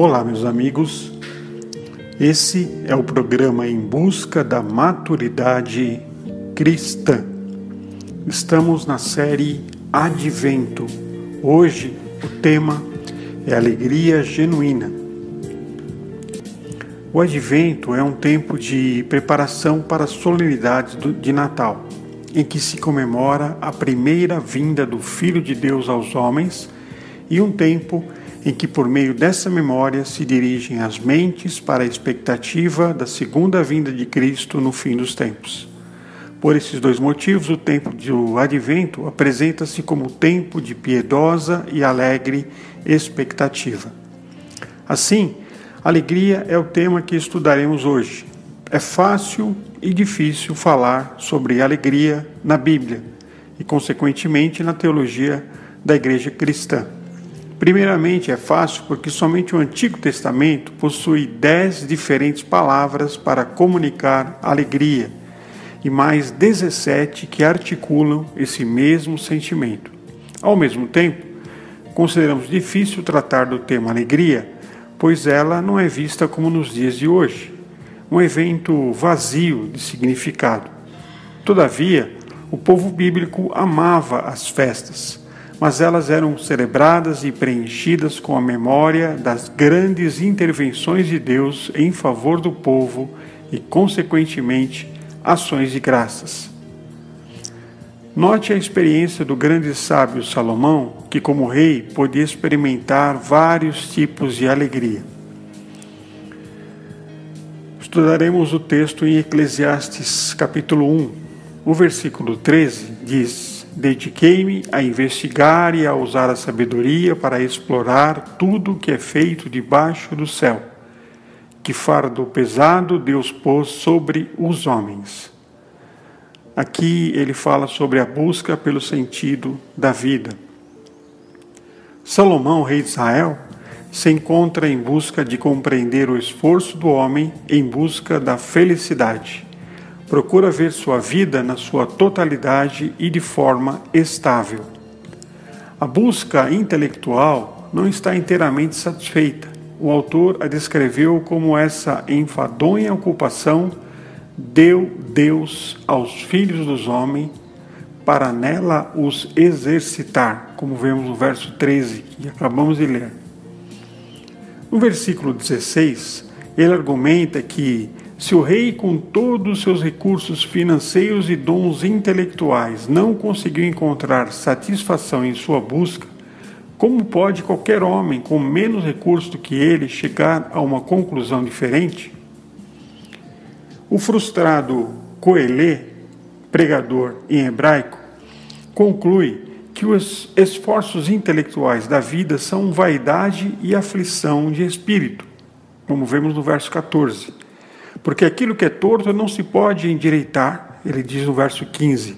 Olá, meus amigos. Esse é o programa Em Busca da Maturidade Cristã. Estamos na série Advento. Hoje o tema é Alegria Genuína. O Advento é um tempo de preparação para as solenidades de Natal, em que se comemora a primeira vinda do Filho de Deus aos homens, e um tempo em que, por meio dessa memória, se dirigem as mentes para a expectativa da segunda vinda de Cristo no fim dos tempos. Por esses dois motivos, o tempo do Advento apresenta-se como tempo de piedosa e alegre expectativa. Assim, alegria é o tema que estudaremos hoje. É fácil e difícil falar sobre alegria na Bíblia e, consequentemente, na teologia da Igreja Cristã. Primeiramente, é fácil porque somente o Antigo Testamento possui 10 diferentes palavras para comunicar alegria e mais 17 que articulam esse mesmo sentimento. Ao mesmo tempo, consideramos difícil tratar do tema alegria, pois ela não é vista como nos dias de hoje, um evento vazio de significado. Todavia, o povo bíblico amava as festas, mas elas eram celebradas e preenchidas com a memória das grandes intervenções de Deus em favor do povo e, consequentemente, ações de graças. Note a experiência do grande sábio Salomão, que como rei podia experimentar vários tipos de alegria. Estudaremos o texto em Eclesiastes capítulo 1. O versículo 13 diz: Dediquei-me a investigar e a usar a sabedoria para explorar tudo o que é feito debaixo do céu. Que fardo pesado Deus pôs sobre os homens. Aqui ele fala sobre a busca pelo sentido da vida. Salomão, rei de Israel, se encontra em busca de compreender o esforço do homem em busca da felicidade. Procura ver sua vida na sua totalidade e de forma estável. A busca intelectual não está inteiramente satisfeita. O autor a descreveu como essa enfadonha ocupação deu Deus aos filhos dos homens para nela os exercitar, como vemos no verso 13, que acabamos de ler. No versículo 16, ele argumenta que se o rei, com todos os seus recursos financeiros e dons intelectuais, não conseguiu encontrar satisfação em sua busca, como pode qualquer homem com menos recursos do que ele chegar a uma conclusão diferente? O frustrado Coelê, pregador em hebraico, conclui que os esforços intelectuais da vida são vaidade e aflição de espírito, como vemos no verso 14. Porque aquilo que é torto não se pode endireitar, ele diz no verso 15.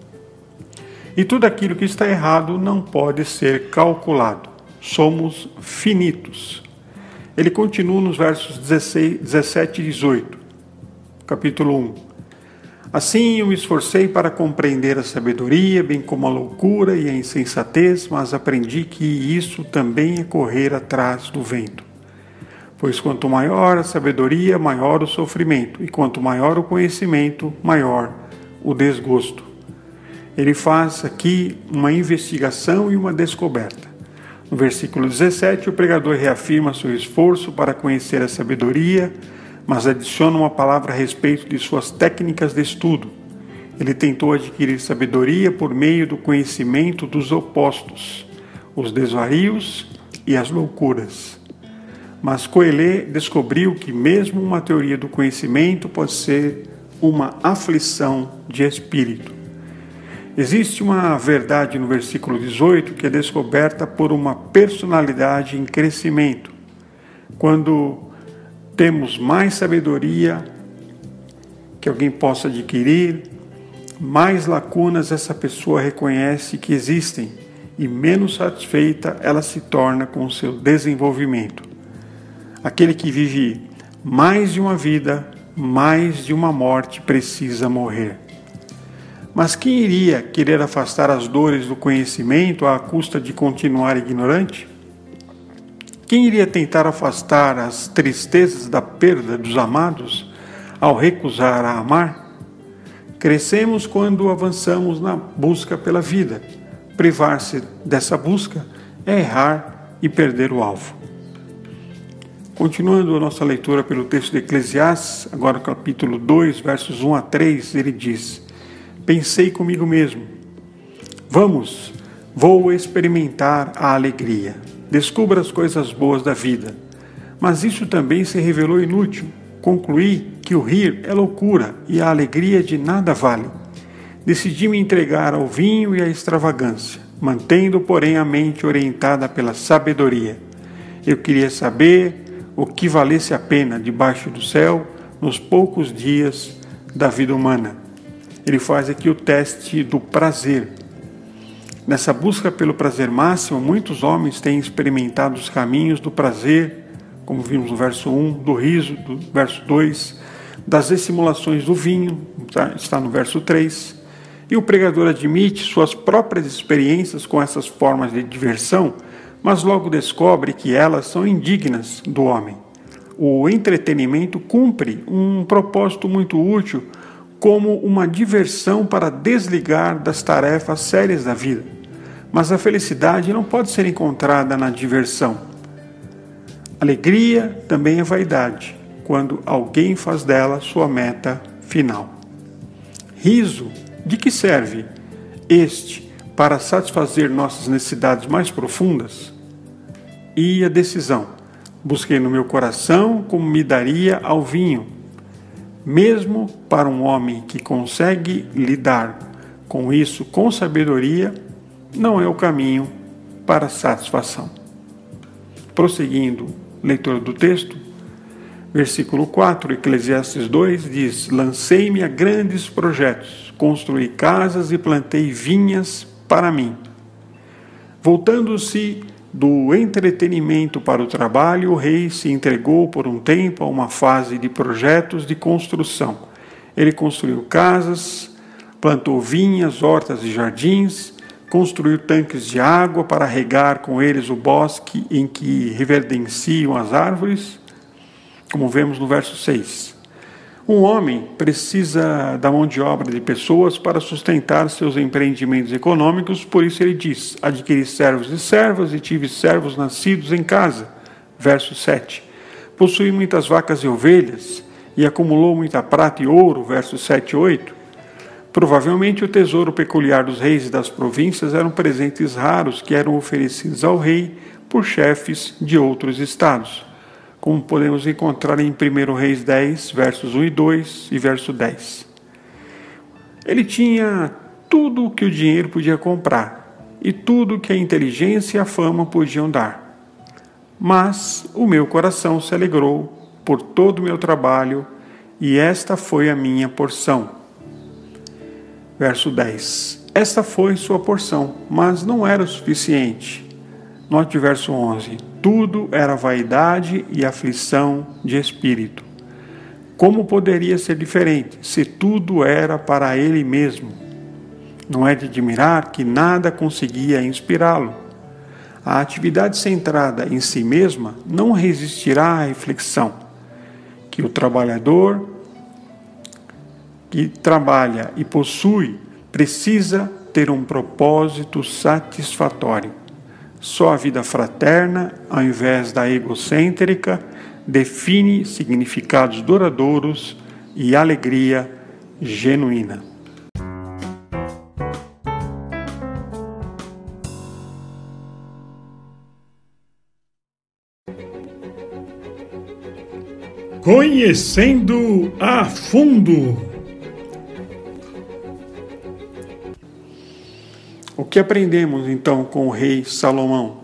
E tudo aquilo que está errado não pode ser calculado. Somos finitos. Ele continua nos versos 17 e 18, capítulo 1. Assim eu me esforcei para compreender a sabedoria, bem como a loucura e a insensatez, mas aprendi que isso também é correr atrás do vento. Pois quanto maior a sabedoria, maior o sofrimento, e quanto maior o conhecimento, maior o desgosto. Ele faz aqui uma investigação e uma descoberta. No versículo 17, o pregador reafirma seu esforço para conhecer a sabedoria, mas adiciona uma palavra a respeito de suas técnicas de estudo. Ele tentou adquirir sabedoria por meio do conhecimento dos opostos, os desvarios e as loucuras. Mas Coelê descobriu que mesmo uma teoria do conhecimento pode ser uma aflição de espírito. Existe uma verdade no versículo 18 que é descoberta por uma personalidade em crescimento. Quando temos mais sabedoria que alguém possa adquirir, mais lacunas essa pessoa reconhece que existem e menos satisfeita ela se torna com o seu desenvolvimento. Aquele que vive mais de uma vida, mais de uma morte, precisa morrer. Mas quem iria querer afastar as dores do conhecimento à custa de continuar ignorante? Quem iria tentar afastar as tristezas da perda dos amados ao recusar a amar? Crescemos quando avançamos na busca pela vida. Privar-se dessa busca é errar e perder o alvo. Continuando a nossa leitura pelo texto de Eclesiastes, agora capítulo 2, versos 1 a 3, ele diz: Pensei comigo mesmo, vou experimentar a alegria. Descubra as coisas boas da vida. Mas isso também se revelou inútil. Concluí que o rir é loucura e a alegria de nada vale. Decidi me entregar ao vinho e à extravagância, mantendo, porém, a mente orientada pela sabedoria. Eu queria saber o que valesse a pena debaixo do céu nos poucos dias da vida humana. Ele faz aqui o teste do prazer. Nessa busca pelo prazer máximo, muitos homens têm experimentado os caminhos do prazer, como vimos no verso 1, do riso, do verso 2, das dissimulações do vinho, está no verso 3. E o pregador admite suas próprias experiências com essas formas de diversão, mas logo descobre que elas são indignas do homem. O entretenimento cumpre um propósito muito útil, como uma diversão para desligar das tarefas sérias da vida. Mas a felicidade não pode ser encontrada na diversão. Alegria também é vaidade, quando alguém faz dela sua meta final. Riso, de que serve este para satisfazer nossas necessidades mais profundas? E a decisão: busquei no meu coração como me daria ao vinho. Mesmo para um homem que consegue lidar com isso com sabedoria, não é o caminho para a satisfação. Prosseguindo, leitura do texto, versículo 4, Eclesiastes 2 diz: Lancei-me a grandes projetos, construí casas e plantei vinhas para mim. Voltando-se do entretenimento para o trabalho, o rei se entregou por um tempo a uma fase de projetos de construção. Ele construiu casas, plantou vinhas, hortas e jardins, construiu tanques de água para regar com eles o bosque em que reverdenciam as árvores, como vemos no verso 6. Um homem precisa da mão de obra de pessoas para sustentar seus empreendimentos econômicos, por isso ele diz: adquiri servos e servas e tive servos nascidos em casa. Verso 7. Possui muitas vacas e ovelhas e acumulou muita prata e ouro. Versos 7 e 8. Provavelmente o tesouro peculiar dos reis e das províncias eram presentes raros que eram oferecidos ao rei por chefes de outros estados, como podemos encontrar em 1 Reis 10, versos 1 e 2 e verso 10. Ele tinha tudo o que o dinheiro podia comprar e tudo o que a inteligência e a fama podiam dar. Mas o meu coração se alegrou por todo o meu trabalho e esta foi a minha porção. Verso 10. Esta foi sua porção, mas não era o suficiente. Note o verso 11. Tudo era vaidade e aflição de espírito. Como poderia ser diferente se tudo era para ele mesmo? Não é de admirar que nada conseguia inspirá-lo. A atividade centrada em si mesma não resistirá à reflexão que o trabalhador que trabalha e possui precisa ter um propósito satisfatório. Só a vida fraterna, ao invés da egocêntrica, define significados duradouros e alegria genuína. Conhecendo a fundo. O que aprendemos então com o rei Salomão?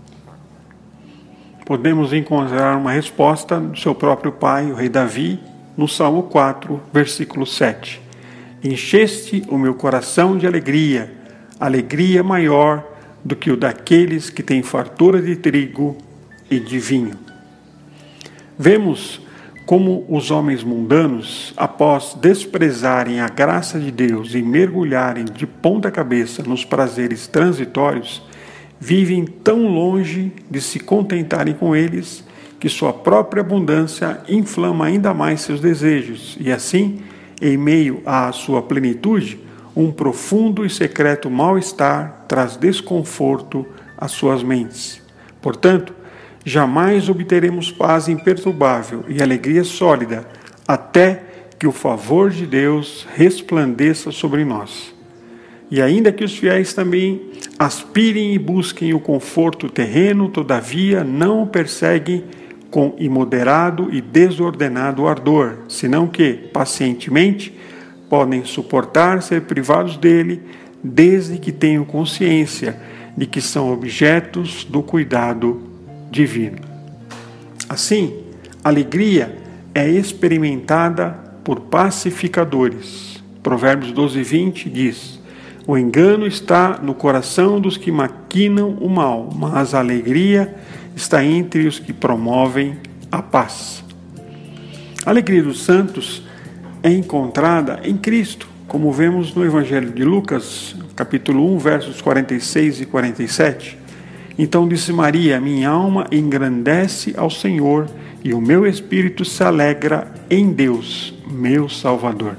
Podemos encontrar uma resposta do seu próprio pai, o rei Davi, no Salmo 4, versículo 7. Encheste o meu coração de alegria, alegria maior do que o daqueles que têm fartura de trigo e de vinho. Vemos como os homens mundanos, após desprezarem a graça de Deus e mergulharem de ponta cabeça nos prazeres transitórios, vivem tão longe de se contentarem com eles que sua própria abundância inflama ainda mais seus desejos e assim, em meio à sua plenitude, um profundo e secreto mal-estar traz desconforto às suas mentes. Portanto, jamais obteremos paz imperturbável e alegria sólida até que o favor de Deus resplandeça sobre nós. E ainda que os fiéis também aspirem e busquem o conforto terreno, todavia não o perseguem com imoderado e desordenado ardor, senão que, pacientemente, podem suportar ser privados dele, desde que tenham consciência de que são objetos do cuidado divino. Assim, a alegria é experimentada por pacificadores. Provérbios 12:20 diz: o engano está no coração dos que maquinam o mal, mas a alegria está entre os que promovem a paz. A alegria dos santos é encontrada em Cristo, como vemos no Evangelho de Lucas, capítulo 1, versos 46 e 47. Então disse Maria: minha alma engrandece ao Senhor, e o meu espírito se alegra em Deus, meu Salvador.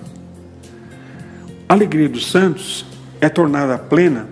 A alegria dos santos é tornada plena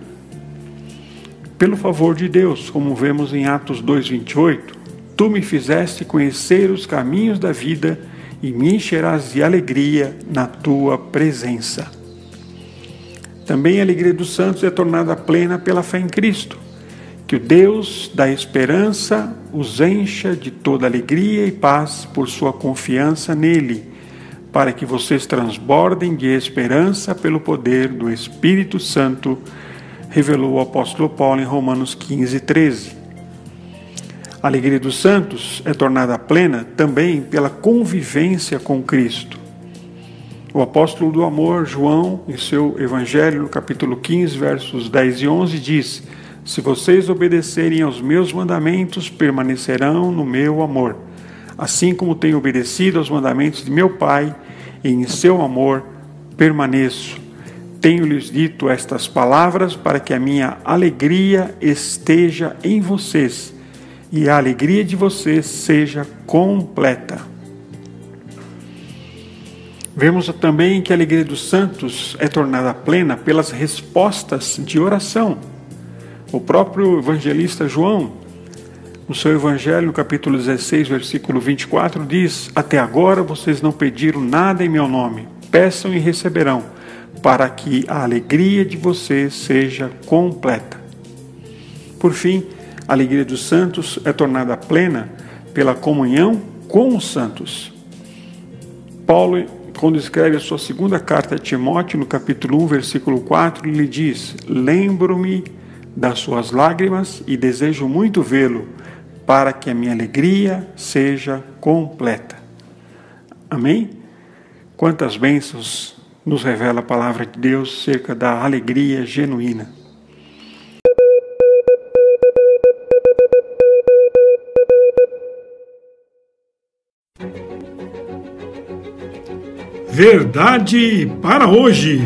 pelo favor de Deus, como vemos em Atos 2:28. Tu me fizeste conhecer os caminhos da vida e me encherás de alegria na tua presença. Também a alegria dos santos é tornada plena pela fé em Cristo. Que o Deus da esperança os encha de toda alegria e paz por sua confiança nele, para que vocês transbordem de esperança pelo poder do Espírito Santo, revelou o apóstolo Paulo em Romanos 15:13. A alegria dos santos é tornada plena também pela convivência com Cristo. O apóstolo do amor, João, em seu Evangelho, no capítulo 15, versos 10 e 11, diz: se vocês obedecerem aos meus mandamentos, permanecerão no meu amor, assim como tenho obedecido aos mandamentos de meu Pai, e em seu amor permaneço. Tenho-lhes dito estas palavras para que a minha alegria esteja em vocês e a alegria de vocês seja completa. Vemos também que a alegria dos santos é tornada plena pelas respostas de oração. O próprio evangelista João, no seu Evangelho, no capítulo 16, versículo 24, diz: até agora vocês não pediram nada em meu nome, peçam e receberão, para que a alegria de vocês seja completa. Por fim, a alegria dos santos é tornada plena pela comunhão com os santos. Paulo, quando escreve a sua segunda carta a Timóteo, no capítulo 1, versículo 4, ele diz: lembro-me das suas lágrimas e desejo muito vê-lo, para que a minha alegria seja completa. Amém? Quantas bênçãos nos revela a palavra de Deus acerca da alegria genuína. Verdade para hoje.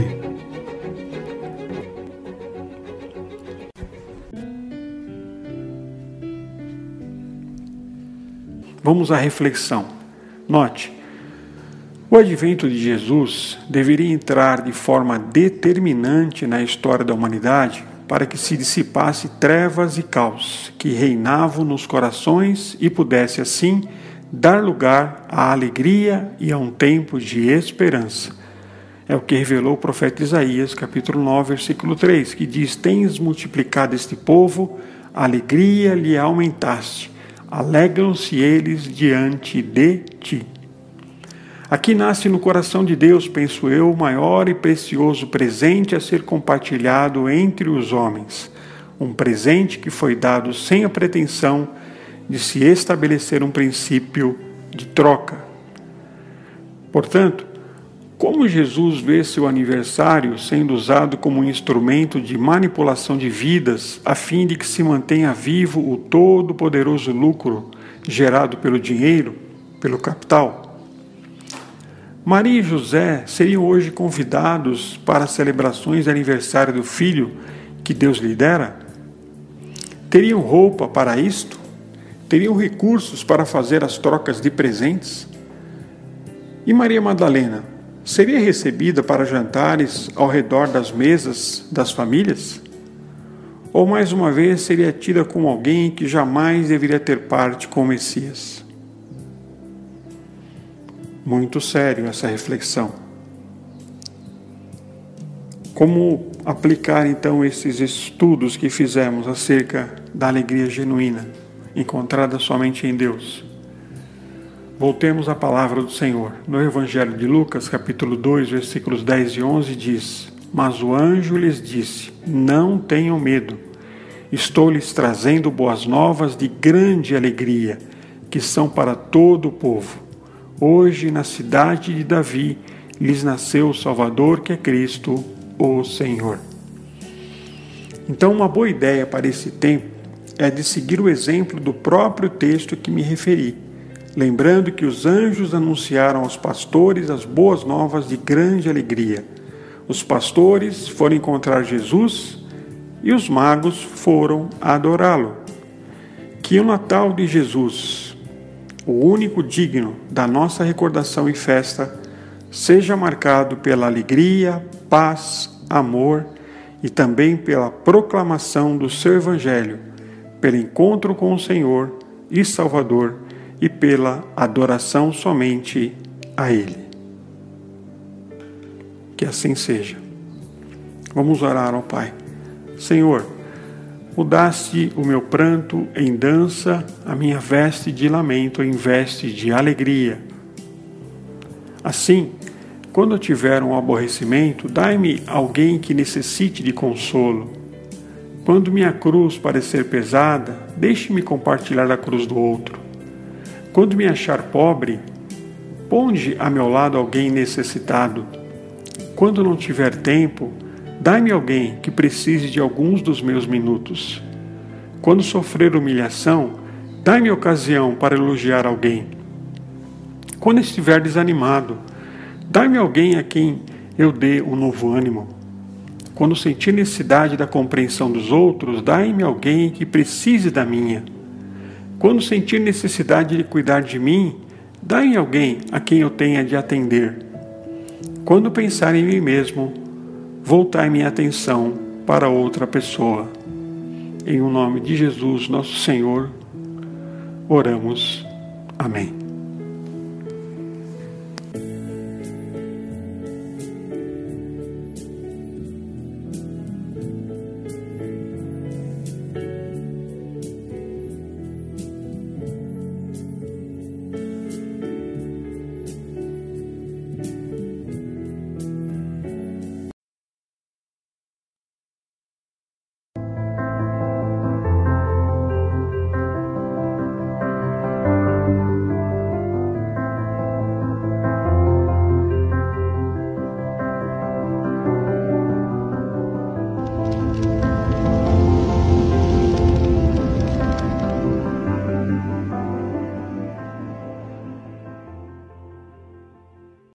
Vamos à reflexão. Note, o advento de Jesus deveria entrar de forma determinante na história da humanidade para que se dissipasse trevas e caos que reinavam nos corações e pudesse, assim, dar lugar à alegria e a um tempo de esperança. É o que revelou o profeta Isaías, capítulo 9, versículo 3, que diz: tens multiplicado este povo, a alegria lhe aumentaste, alegram-se eles diante de ti. Aqui nasce no coração de Deus, penso eu, o maior e precioso presente a ser compartilhado entre os homens. Um presente que foi dado sem a pretensão de se estabelecer um princípio de troca. Portanto, como Jesus vê seu aniversário sendo usado como um instrumento de manipulação de vidas a fim de que se mantenha vivo o todo-poderoso lucro gerado pelo dinheiro, pelo capital? Maria e José seriam hoje convidados para as celebrações de aniversário do filho que Deus lhe dera? Teriam roupa para isto? Teriam recursos para fazer as trocas de presentes? E Maria Madalena seria recebida para jantares ao redor das mesas das famílias? Ou mais uma vez seria tida como alguém que jamais deveria ter parte com o Messias? Muito sério essa reflexão. Como aplicar então esses estudos que fizemos acerca da alegria genuína, encontrada somente em Deus? Voltemos à palavra do Senhor. No Evangelho de Lucas, capítulo 2, versículos 10 e 11, diz: Mas o anjo lhes disse: Não tenham medo, estou lhes trazendo boas novas de grande alegria, que são para todo o povo. Hoje, na cidade de Davi, lhes nasceu o Salvador, que é Cristo, o Senhor. Então, uma boa ideia para esse tempo é de seguir o exemplo do próprio texto que me referi, lembrando que os anjos anunciaram aos pastores as boas novas de grande alegria. Os pastores foram encontrar Jesus e os magos foram adorá-lo. Que o Natal de Jesus, o único digno da nossa recordação e festa, seja marcado pela alegria, paz, amor e também pela proclamação do seu Evangelho, pelo encontro com o Senhor e Salvador e pela adoração somente a Ele. Que assim seja. Vamos orar ao Pai. Senhor, mudaste o meu pranto em dança, a minha veste de lamento em veste de alegria. Assim, quando eu tiver um aborrecimento, dai-me alguém que necessite de consolo. Quando minha cruz parecer pesada, deixe-me compartilhar a cruz do outro. Quando me achar pobre, ponde a meu lado alguém necessitado. Quando não tiver tempo, dai-me alguém que precise de alguns dos meus minutos. Quando sofrer humilhação, dai-me ocasião para elogiar alguém. Quando estiver desanimado, dai-me alguém a quem eu dê um novo ânimo. Quando sentir necessidade da compreensão dos outros, dai-me alguém que precise da minha. Quando sentir necessidade de cuidar de mim, dai-me alguém a quem eu tenha de atender. Quando pensar em mim mesmo, voltai minha atenção para outra pessoa. Em o nome de Jesus, nosso Senhor, oramos. Amém.